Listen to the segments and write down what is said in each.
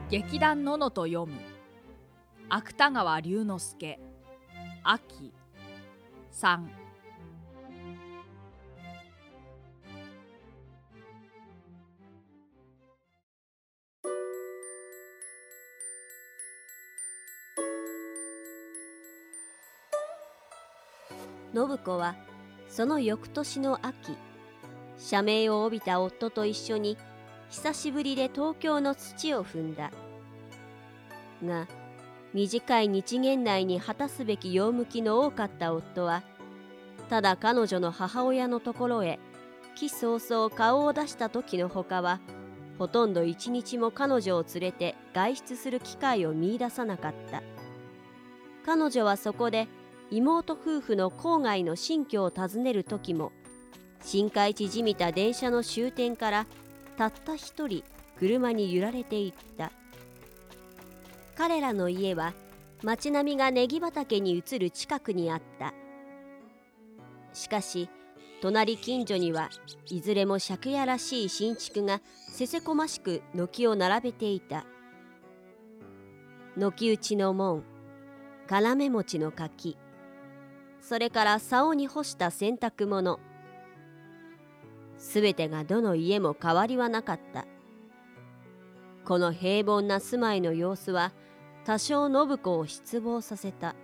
劇団ののと読む芥川龍之介秋3。 信子はその翌年の秋、社名を帯びた夫と一緒に久しぶりで東京の土を踏んだ。が、短い日限内に果たすべき用向きの多かった夫は、ただ彼女の母親のところへ帰早々顔を出した時のほかは、ほとんど一日も彼女を連れて外出する機会を見出さなかった。彼女はそこで妹夫婦の郊外の新居を訪ねる時も、新海地じみた電車の終点からたった一人車に揺られていった。彼らの家は町並みがネギ畑に移る近くにあった。しかし隣近所にはいずれも借家らしい新築がせせこましく軒を並べていた。軒打ちの門、からめ餅の柿、それから竿に干した洗濯物、すべてがどの家も変わりはなかった。この平凡な住まいの様子は多少信子を失望させた。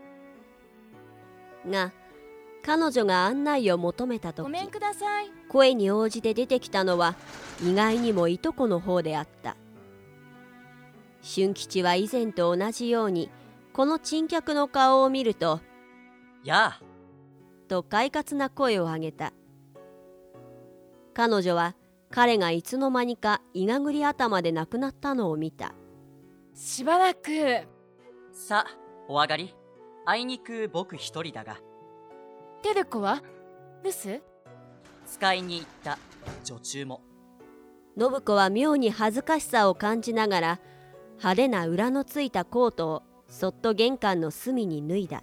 が、彼女が案内を求めたとき、 ごめんください。 声に応じて出てきたのは意外にもいとこの方であった。俊吉は以前と同じようにこの珍客の顔を見ると、 やあと快活な声を上げた。彼女は彼がいつの間にかいがぐり頭で亡くなったのを見た。 しばらく。 さあ、お上がり。あいにく僕一人だが。 照子は留守？ 使いに行った。女中も。 信子は妙に恥ずかしさを感じながら、派手な裏のついたコートをそっと玄関の隅に脱いだ。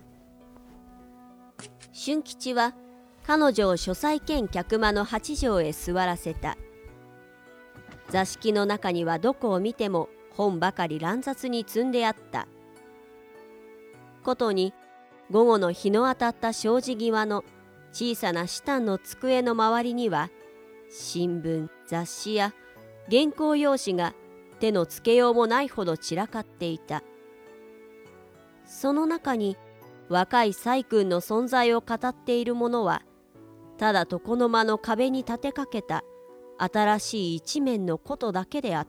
俊吉は彼女を書斎兼客間の8畳へ座らせた。座敷の中にはどこを見ても本ばかり乱雑に積んであった。ことに午後の日の当たった障子際の小さな下の机の周りには、新聞、雑誌や原稿用紙が手のつけようもないほど散らかっていた。その中に若い細君の存在を語っているものは、ただ床の間の壁に立てかけた新しい一面のことだけであった。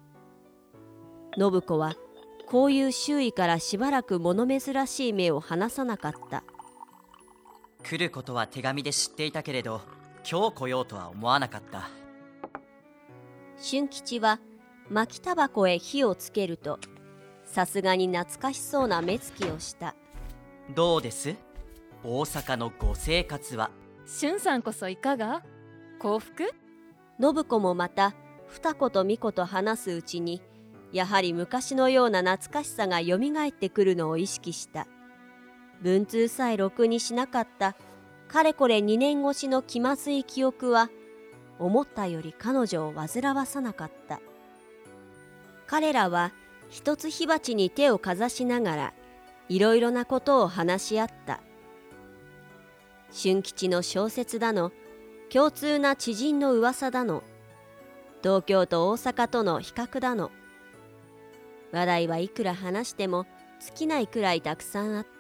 信子はこういう周囲からしばらく物珍しい目を離さなかった。 来ることは手紙で知っていたけれど、今日来ようとは思わなかった。 俊吉は巻きタバコへ火をつけると、さすがに懐かしそうな目つきをした。 どうです？大阪のご生活は。 俊さんこそいかが？幸福？ 信子もまた二言三言話すうちに、やはり昔のような懐かしさがよみがえってくるのを意識した。文通さえろくにしなかったかれこれ2年越しの気まずい記憶は、思ったより彼女を煩わさなかった。彼らは一つ火鉢に手をかざしながらいろいろなことを話し合った。俊吉の小説だの、共通な知人の噂だの、東京と大阪との比較だの、話題はいくら話しても尽きないくらいたくさんあった。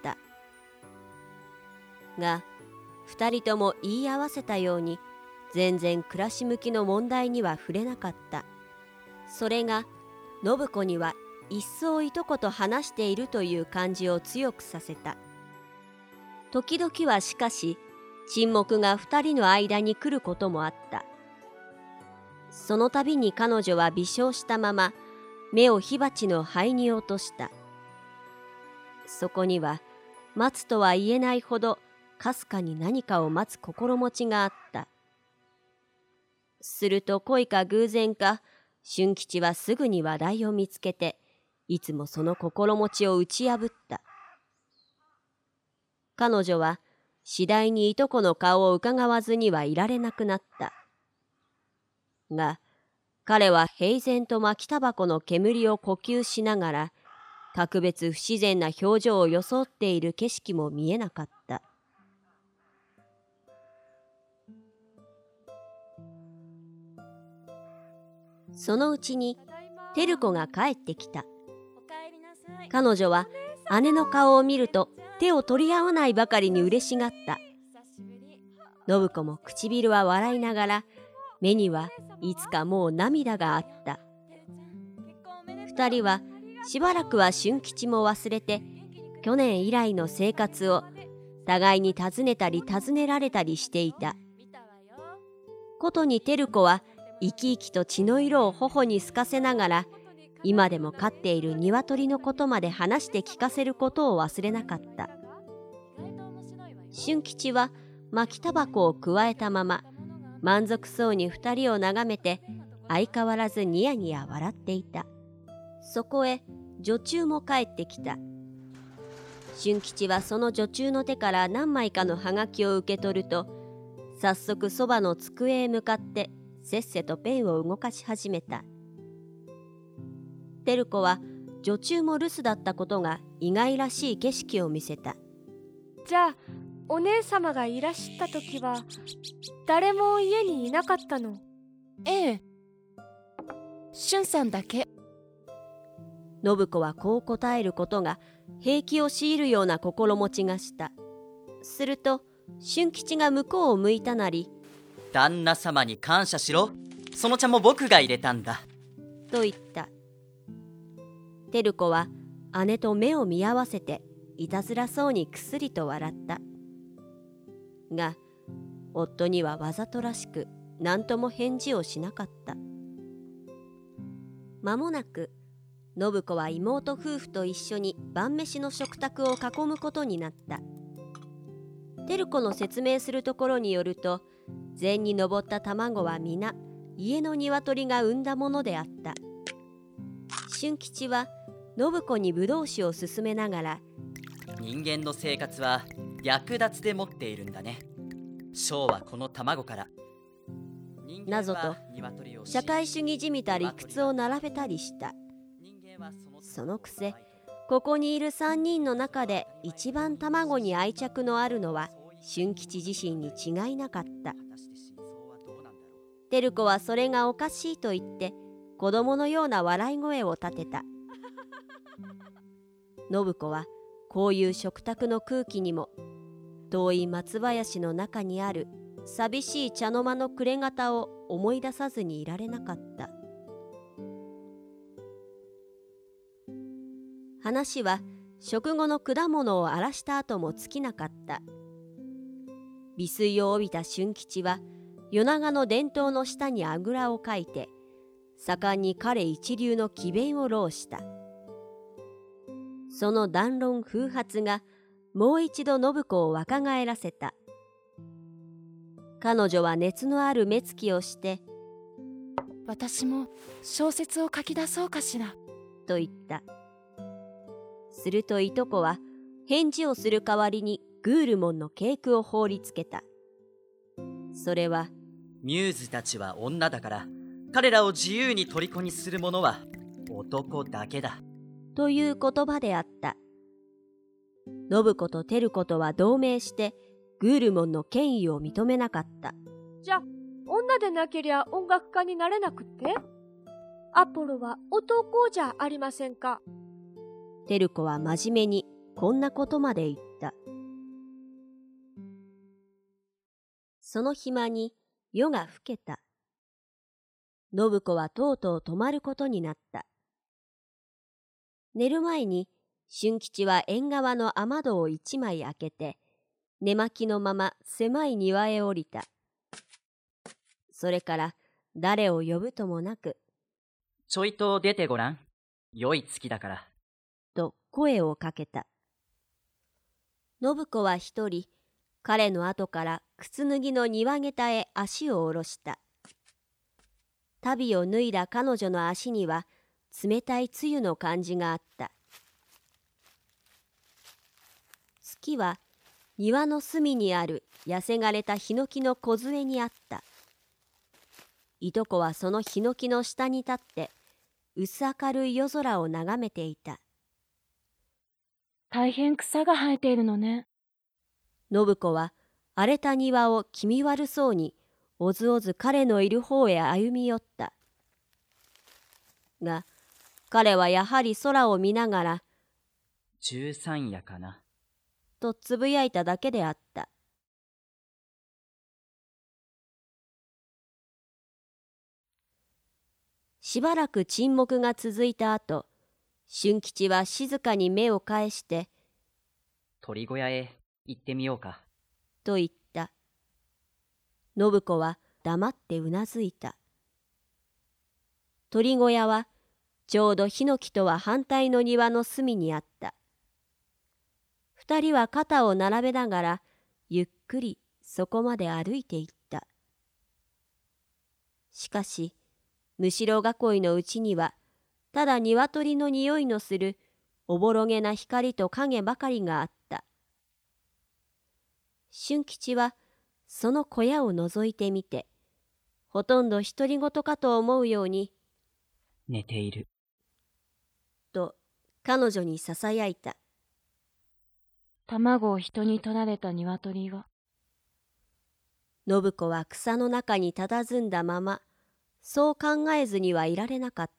が、二人とも言い合わせたように全然暮らし向きの問題には触れなかった。それが信子には一層いとこと話しているという感じを強くさせた。時々はしかし沈黙が二人の間に来ることもあった。その度に彼女は微笑したまま目を火鉢の灰に落とした。そこには待つとは言えないほどかすかに何かを待つ心持ちがあった。すると恋か偶然か、俊吉はすぐに話題を見つけて、いつもその心持ちを打ち破った。彼女は次第にいとこの顔をうかがわずにはいられなくなった。が、 彼は平然と巻きタバコの煙を呼吸しながら、格別不自然な表情を装っている景色も見えなかった。そのうちに照子が帰ってきた。彼女は姉の顔を見ると手を取り合わないばかりに嬉しがった。信子も唇は笑いながら、目にはいつかもう涙があった。二人はしばらくは俊吉も忘れて、去年以来の生活を互いに尋ねたり尋ねられたりしていた。ことに照子は生き生きと血の色を頬に透かせながら、今でも飼っている鶏のことまで話して聞かせることを忘れなかった。俊吉は巻きタバコをくわえたまま、満足そうに二人を眺めて、相変わらずニヤニヤ笑っていた。そこへ女中も帰ってきた。俊吉はその女中の手から何枚かのハガキを受け取ると、早速そばの机へ向かってせっせとペンを動かし始めた。照子は女中も留守だったことが意外らしい景色を見せた。 じゃあお姉様がいらした時は誰も家にいなかったの？ ええ、俊さんだけ。 信子はこう答えることが平気を強いるような心持ちがした。すると俊吉が向こうを向いたなり、 旦那様に感謝しろ。その茶も僕が入れたんだ。 と言った。照子は姉と目を見合わせていたずらそうにくすりと笑った。が夫にはわざとらしく何とも返事をしなかった。間もなく信子は妹夫婦と一緒に晩飯の食卓を囲むことになった。照子の説明するところによると、膳に上った卵は皆家の鶏が産んだものであった。俊吉は信子にぶどう酒を勧めながら、 人間の生活は略奪で持っているんだね。小はこの卵から。 なぞと社会主義じみた理屈を並べたりした。そのくせ、ここにいる3人の中で一番卵に愛着のあるのは俊吉自身に違いなかった。照子はそれがおかしいと言って子供のような笑い声を立てた。信子はこういう食卓の空気にも、遠い松林の中にある寂しい茶の間の暮れ方を思い出さずにいられなかった。話は食後の果物を荒らした後も尽きなかった。美水を帯びた俊吉は夜長の伝統の下にあぐらをかいて、盛んに彼一流の詭弁を浪した。その談論風発がもう一度信子を若返らせた。彼女は熱のある目つきをして、 私も小説を書き出そうかしら、 と言った。するといとこは返事をする代わりにグールモンのケークを放りつけた。それは、 ミューズたちは女だから、彼らを自由に虜にする者は男だけだ、 という言葉であった。信子と照子とは同盟してグールモンの権威を認めなかった。 じゃあ女でなけりゃ音楽家になれなくって？アポロは男じゃありませんか。 照子は真面目にこんなことまで言った。その暇に夜が更けた。信子はとうとう泊まることになった。寝る前に俊吉は縁側の雨戸を一枚開けて、寝巻きのまま狭い庭へ降りた。それから誰を呼ぶともなく、 ちょいと出てごらん。良い月だから。 と声をかけた。信子は一人、彼の後から靴脱ぎの庭下駄へ足を下ろした。足袋を脱いだ彼女の足には冷たい露の感じがあった。月は庭の隅にある痩せがれたヒノキの梢にあった。 いとこはそのヒノキの下に立って薄明るい夜空を眺めていた。 大変草が生えているのね。 信子は荒れた庭を気味悪そうにおずおず彼のいる方へ歩み寄った。が彼はやはり空を見ながら 13夜かな。 とつぶやいただけであった。しばらく沈黙が続いた後、俊吉は静かに目を返して鳥小屋へ行ってみようか。 と言った。信子は黙ってうなずいた。鳥小屋はちょうどヒノキとは反対の庭の隅にあった。二人は肩を並べながらゆっくりそこまで歩いていった。しかしむしろ囲いのうちにはただ鶏の匂いのするおぼろげな光と影ばかりがあった。俊吉はその小屋を覗いてみて、ほとんど独り言かと思うように寝ていると彼女にささやいた。 卵を人に取られた鶏が。 信子は草の中に佇んだまま、そう考えずにはいられなかった。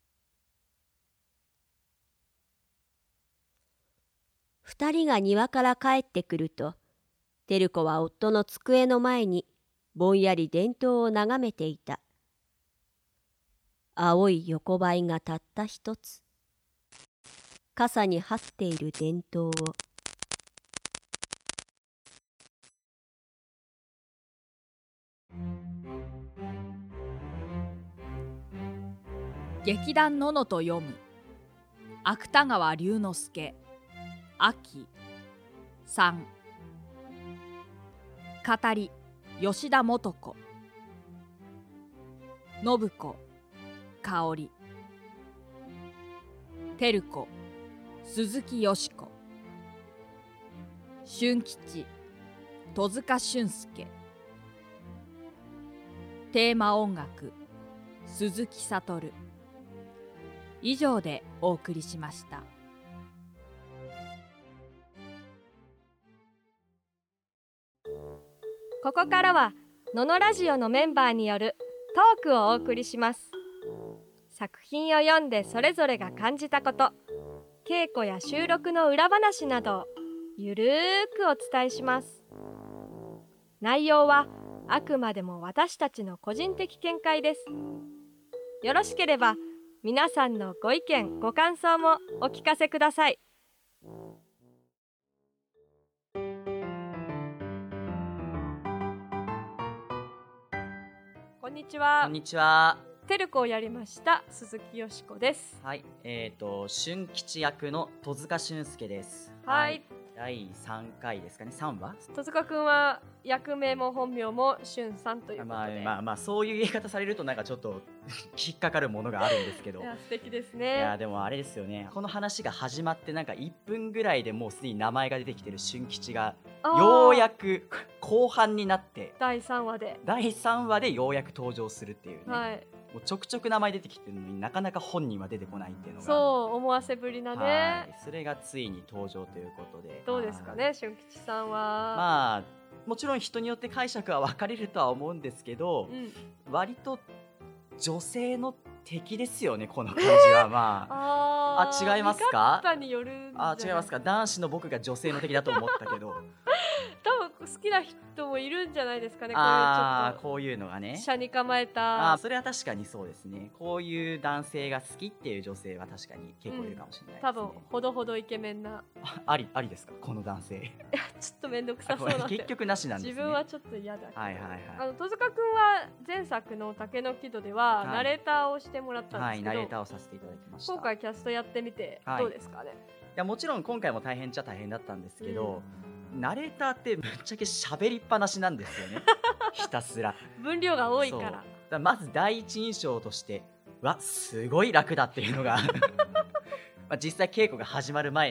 二人が庭から帰ってくると、照子は夫の机の前にぼんやり電灯を眺めていた。青い横ばいがたった一つ。傘に張っている電灯を。 劇団ののと読む芥川龍之介秋3語り吉田素子信子香織照子鈴木よし子俊吉戸塚俊介テーマ音楽鈴木悟。以上でお送りしました。 ここからはののラジオのメンバーによるトークをお送りします。作品を読んでそれぞれが感じたこと、稽古や収録の裏話などをゆるーくお伝えします。内容はあくまでも私たちの個人的見解です。よろしければ皆さんのご意見ご感想もお聞かせください。こんにちは。 こんにちは。 照子をやりました鈴木よしこです。 はい、俊吉役の戸塚俊介です。 はい。 第3回ですかね、3話。 戸塚くんは役名も本名も俊さんということで、 まあそういう言い方されるとなんかちょっと引っかかるものがあるんですけど。 いや素敵ですね。 いやでもあれですよね、この話が始まってなんか1分ぐらいでもうすでに名前が出てきてる俊吉がようやく後半になって第3話でようやく登場するっていうね、 はい、 もうちょくちょく名前出てきてるのになかなか本人は出てこないっていうのが、 そう思わせぶりなね。 はい、それがついに登場ということで、 どうですかね俊吉さんは。 まあもちろん人によって解釈は分かれるとは思うんですけど、割と女性の敵ですよねこの感じは。まあ違いますか。 見方によるんじゃない。 違いますか。男子の僕が女性の敵だと思ったけど多分好きな人もいるんじゃないですかね。 こういうのがね、 車に構えた。 それは確かにそうですね。こういう男性が好きっていう女性は確かに結構いるかもしれないですね。 多分ほどほどイケメンな。 ありですかこの男性。 ちょっと面倒くさそうなんで結局なしなんですね。 自分はちょっと嫌だけど。 はい。 戸塚くんは前作の竹の木戸ではナレーターをしてもらったんですけど、 ナレーターをさせていただきました。 今回キャストやってみてどうですかね。 いやもちろん今回も大変っちゃ大変だったんですけど、ナレーターってぶっちゃけ喋りっぱなしなんですよねひたすら分量が多いからまず第一印象としてすごい楽だっていうのがまあ実際稽古が始まる前の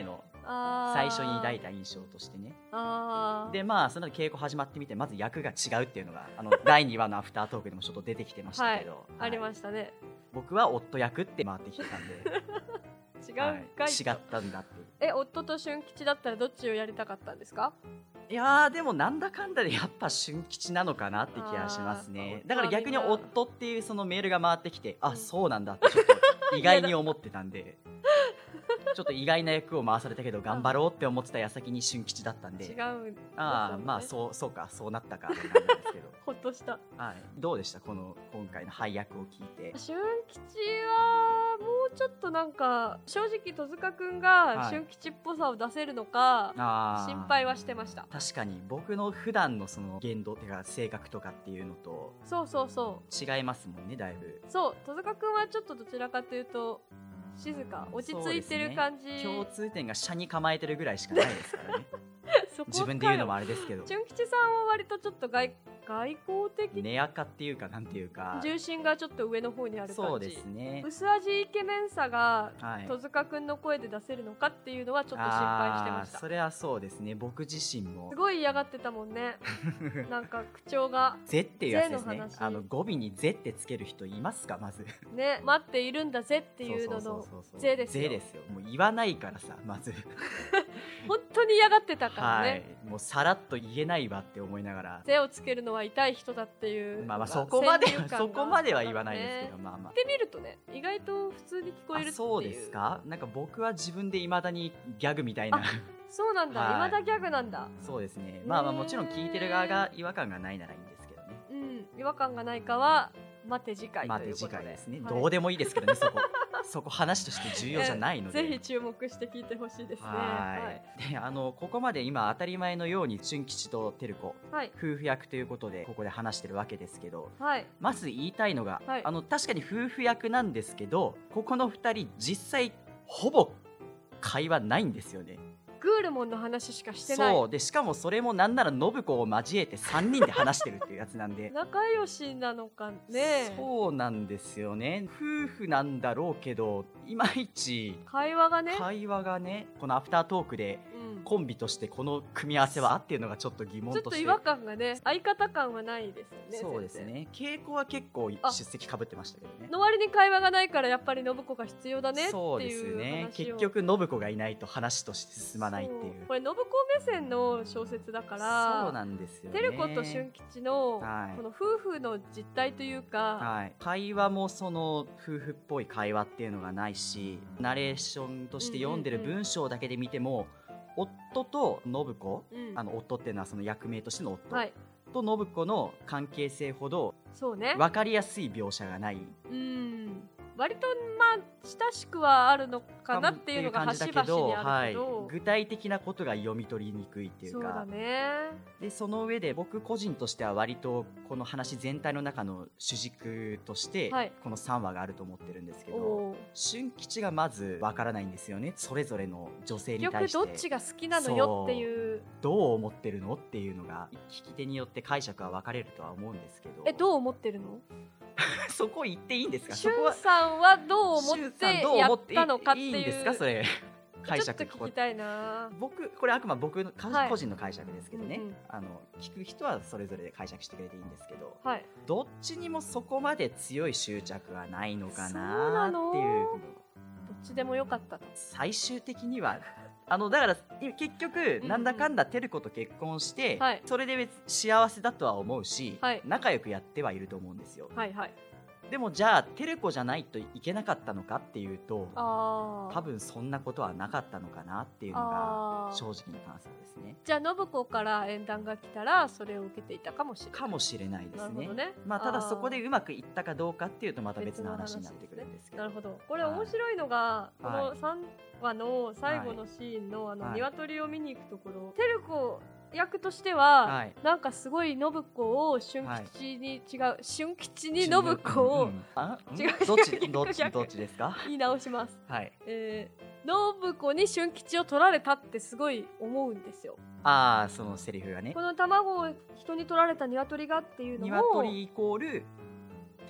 最初に抱いた印象としてね。でその稽古始まってみてまず役が違うっていうのが第2話のアフタートークでもちょっと出てきてましたけど、 ありましたね。 僕は夫役って回ってきてたんで違ったんだっていう。 夫と俊吉だったらどっちをやりたかったんですか？ いやでもなんだかんだでやっぱ俊吉なのかなって気がしますね。だから逆に夫っていうそのメールが回ってきて、そうなんだってちょっと意外に思ってたんでちょっと意外な役を回されたけど頑張ろうって思ってた矢先に俊吉だったんで、 違うんですよね。 そうかそうなったかって感じなんですけどほっとした。 どうでした今回の配役を聞いて。 俊吉はもうちょっとなんか正直戸塚くんが俊吉っぽさを出せるのか心配はしてました。 確かに僕の普段のその言動っていうか性格とかっていうのと違いますもんねだいぶ。 そう戸塚くんはちょっとどちらかというと静か落ち着いてる感じ、 共通点が車に構えてるぐらいしかないですからね自分で言うのもあれですけど、 俊吉さんは割とちょっと外交的根垢っていうかなんていうか重心がちょっと上の方にある感じ。 そうですね。 薄味イケメンさが戸塚くんの声で出せるのかっていうのはちょっと心配してました。 それはそうですね。僕自身もすごい嫌がってたもんねなんか口調がぜっていうやつですね。語尾にぜってつける人いますかまずね。待っているんだぜっていうののぜですよ。 ぜですよ。もう言わないからさまず本当に嫌がってたからね、 もうさらっと言えないわって思いながらぜをつけるのは痛い人だっていうそこまでは言わないですけど、言ってみるとね意外と普通に聞こえるっていう。 そうですか。なんか僕は自分で未だにギャグみたいなそうなんだ、未だギャグなんだ。 そうですね。もちろん聞いてる側が違和感がないならいいんですけどね。 違和感がないかは待て次回ということで。 待て次回ですね、どうでもいいですけどねそこ話として重要じゃないので、 ぜひ注目して聞いてほしいですね。 でここまで今当たり前のように俊吉と照子、夫婦役ということでここで話してるわけですけど、まず言いたいのが、確かに夫婦役なんですけどここの2人実際ほぼ会話ないんですよね。 グールモンの話しかしてない。 そうで、しかもそれもなんなら信子を交えて3人で話してるっていうやつなんで仲良しなのかね。 そうなんですよね。夫婦なんだろうけどいまいち会話がねこのアフタートークでコンビとしてこの組み合わせはっていうのがちょっと疑問として、 ちょっと違和感がね、相方感はないですよね。 そうですね。稽古は結構出席かぶってましたけどね。 の割に会話がないからやっぱり信子が必要だねっていう話を。 そうですね。結局信子がいないと話として進まないっていう。 これ信子目線の小説だからそうなんですよね。 照子と俊吉のこの夫婦の実態というか、 会話もその夫婦っぽい会話っていうのがないし、ナレーションとして読んでる文章だけで見ても、夫と信子、夫っていうのはその役名としての夫、と信子の関係性ほど分かりやすい描写がない。割と親しくはあるのかなっていうのが端々にあるけど、具体的なことが読み取りにくいっていうか。 そうだね。 でその上で僕個人としては割とこの話全体の中の主軸としてこの3話があると思ってるんですけど、俊吉がまずわからないんですよね。それぞれの女性に対して結局どっちが好きなのよっていう、 どう思ってるのっていうのが聞き手によって解釈は分かれるとは思うんですけど、 どう思ってるのそこ言っていいんですか。 しゅんさんはどう思ってやったのかっていう。 いいんですかそれ解釈。 ちょっと聞きたいな。 これあくまで僕の個人の解釈ですけどね、聞く人はそれぞれで解釈してくれていいんですけど、どっちにもそこまで強い執着はないのかなっていう。どっちでもよかったと。 最終的にはだから結局なんだかんだ照子と結婚して、それで幸せだとは思うし、仲良くやってはいると思うんですよ。でもじゃあ照子じゃないといけなかったのかっていうと、多分そんなことはなかったのかなっていうのが正直な感想ですね。 じゃあ信子から縁談が来たらそれを受けていたかもしれない。 かもしれないですね。ただそこでうまくいったかどうかっていうとまた別の話になってくるんですけど。 なるほど。これ面白いのが、この3話の最後のシーンの鶏を見に行くところ、照子役としては、なんかすごい信子を俊吉に信子をどっちですか。 言い直します。信子に俊吉を取られたってすごい思うんですよ。 そのセリフがね。 この卵を人に取られた鶏がっていうのも鶏イコール照子。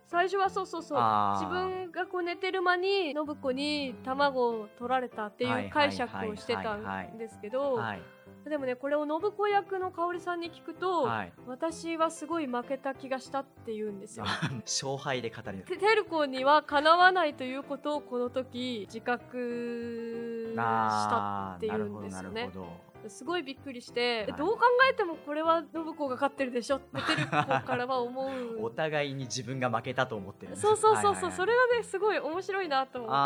最初はそう自分がこう寝てる間に信子に卵を取られたっていう解釈をしてたんですけど、でもねこれを信子役の香織さんに聞くと、私はすごい負けた気がしたって言うんですよ。 勝敗で語る。 テル子にはかなわないということをこの時自覚したっていうんですよね。すごいびっくりして、どう考えてもこれは信子が勝ってるでしょってテル子からは思う。 お互いに自分が負けたと思ってる。 そう、それがねすごい面白いなと思って。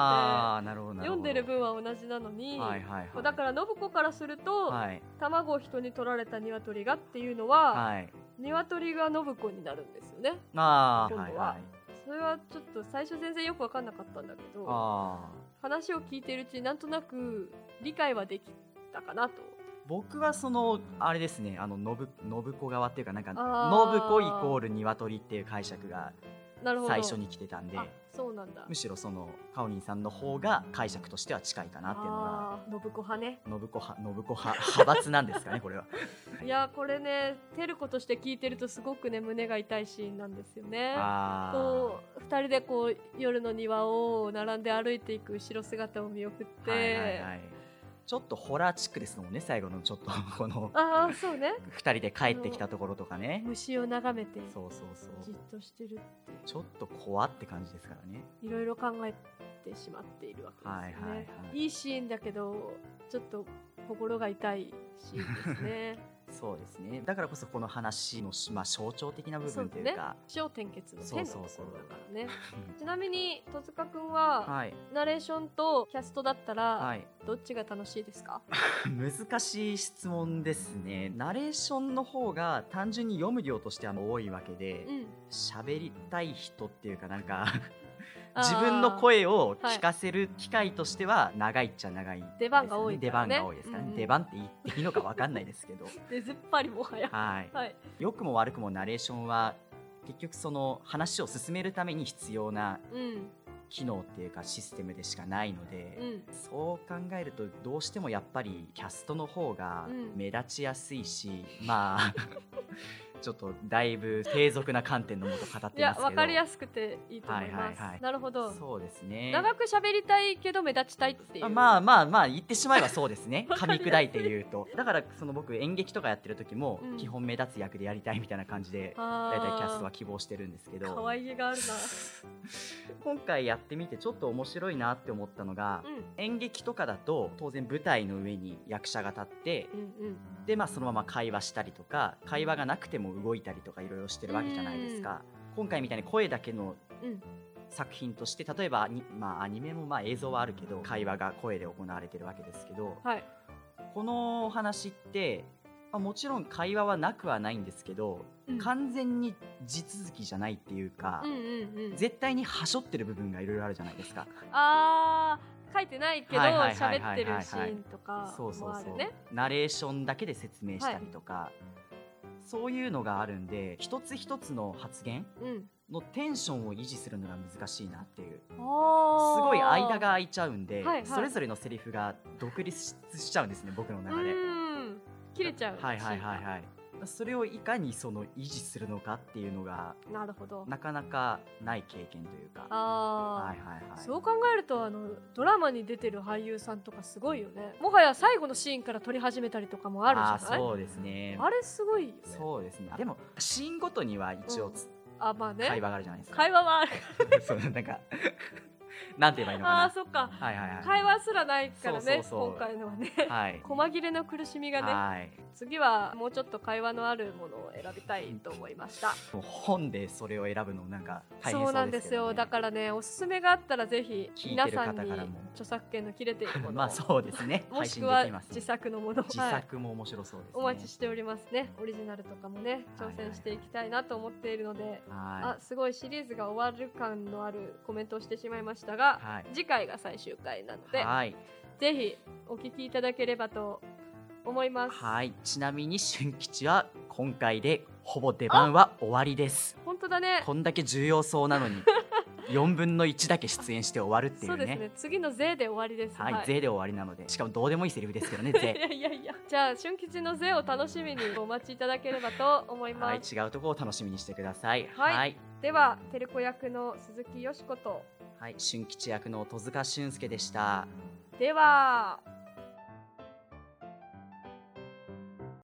読んでる分は同じなのに、だから信子からすると、卵を人に取られた鶏がっていうのは、鶏が信子になるんですよね。今度は。それはちょっと最初全然よく分かんなかったんだけど、話を聞いてるうちになんとなく理解はできたかなと。 僕はあれですね、信子側っていうか、なんか信子イコール鶏っていう解釈が最初に来てたんで、 そうなんだ。 むしろかおりんさんの方が解釈としては近いかなっていうのが。 信子派ね。 信子派閥なんですかねこれは。 いやこれねテル子として聞いてるとすごくね胸が痛いシーンなんですよね。こう2人でこう夜の庭を並んで歩いていく後ろ姿を見送って、 ちょっとホラーチックですもんね、最後のちょっとこのそうね、 2人で帰ってきたところとかね、 虫を眺めてそうじっとしてるってちょっと怖って感じですからね。 いろいろ考えてしまっているわけですね。いいシーンだけどちょっと心が痛いシーンですね。 そうですね。だからこそこの話の象徴的な部分というか、 起承転結の変のところだからね。ちなみに戸塚くんは、ナレーションとキャストだったら、どっちが楽しいですか？ 難しい質問ですね。ナレーションの方が単純に読む量としては多いわけで、喋りたい人っていうかなんか自分の声を聞かせる機会としては長いっちゃ長い、 出番が多いからね。 出番が多いですからね。出番って言っていいのか分かんないですけど出ずっぱりもはや、 良くも悪くもナレーションは結局話を進めるために必要な機能っていうかシステムでしかないので、そう考えるとどうしてもやっぱりキャストの方が目立ちやすいし、ちょっとだいぶ低俗な観点のもと語ってますけど、いや分かりやすくていいと思います。なるほど。 そうですね。 長く喋りたいけど目立ちたいっていう。 まあ言ってしまえばそうですね。噛み砕いて言うと。だから僕演劇とかやってる時も基本目立つ役でやりたいみたいな感じでだいたいキャストは希望してるんですけど。 可愛げがあるな。 今回やってみてちょっと面白いなって思ったのが、演劇とかだと当然舞台の上に役者が立って、でそのまま会話したりとか、会話がなくても動いたりとかいろいろしてるわけじゃないですか。今回みたいに声だけの作品として、例えばアニメも映像はあるけど会話が声で行われてるわけですけど、このお話ってもちろん会話はなくはないんですけど、完全に地続きじゃないっていうか、絶対にはしょってる部分がいろいろあるじゃないですか。 書いてないけど喋ってるシーンとかもあるね。 ナレーションだけで説明したりとか、そういうのがあるんで、一つ一つの発言のテンションを維持するのが難しいなっていう、すごい間が空いちゃうんで、それぞれのセリフが独立しちゃうんですね、僕の中で。 切れちゃう。 それをいかに維持するのかっていうのがなかなかない経験というか。 そう考えるとドラマに出てる俳優さんとかすごいよね。もはや最後のシーンから撮り始めたりとかもあるじゃない。 そうですね。 あれすごいよね。 そうですね。でもシーンごとには一応会話があるじゃないですか。 会話はある。 なんかなんて言えばいいのかな。 そっか。会話すらないからね、今回のはね。細切れの苦しみがね。次はもうちょっと会話のあるものを選びたいと思いました。 本でそれを選ぶのなんか大変そうですけどね。 そうなんですよ。だからね、おすすめがあったらぜひ皆さんに著作権の切れているものをそうですね。 もしくは自作のものを、 自作も面白そうですね。 お待ちしておりますね。オリジナルとかもね、挑戦していきたいなと思っているので、すごいシリーズが終わる感のあるコメントをしてしまいましたが、次回が最終回なので、ぜひお聞きいただければと思います。 ちなみに俊吉は今回でほぼ出番は終わりです。 本当だね。 こんだけ重要そうなのに 4分の1だけ出演して終わるっていうね。 そうですね、次の税で終わりです。 はい、税で終わりなので、しかもどうでもいいセリフですけどね、税。 いやじゃあ春吉の税を楽しみにお待ちいただければと思います。 はい、違うところを楽しみにしてください。 はい、では照子役の鈴木よしこと、 はい、春吉役の戸塚俊介でした。 では。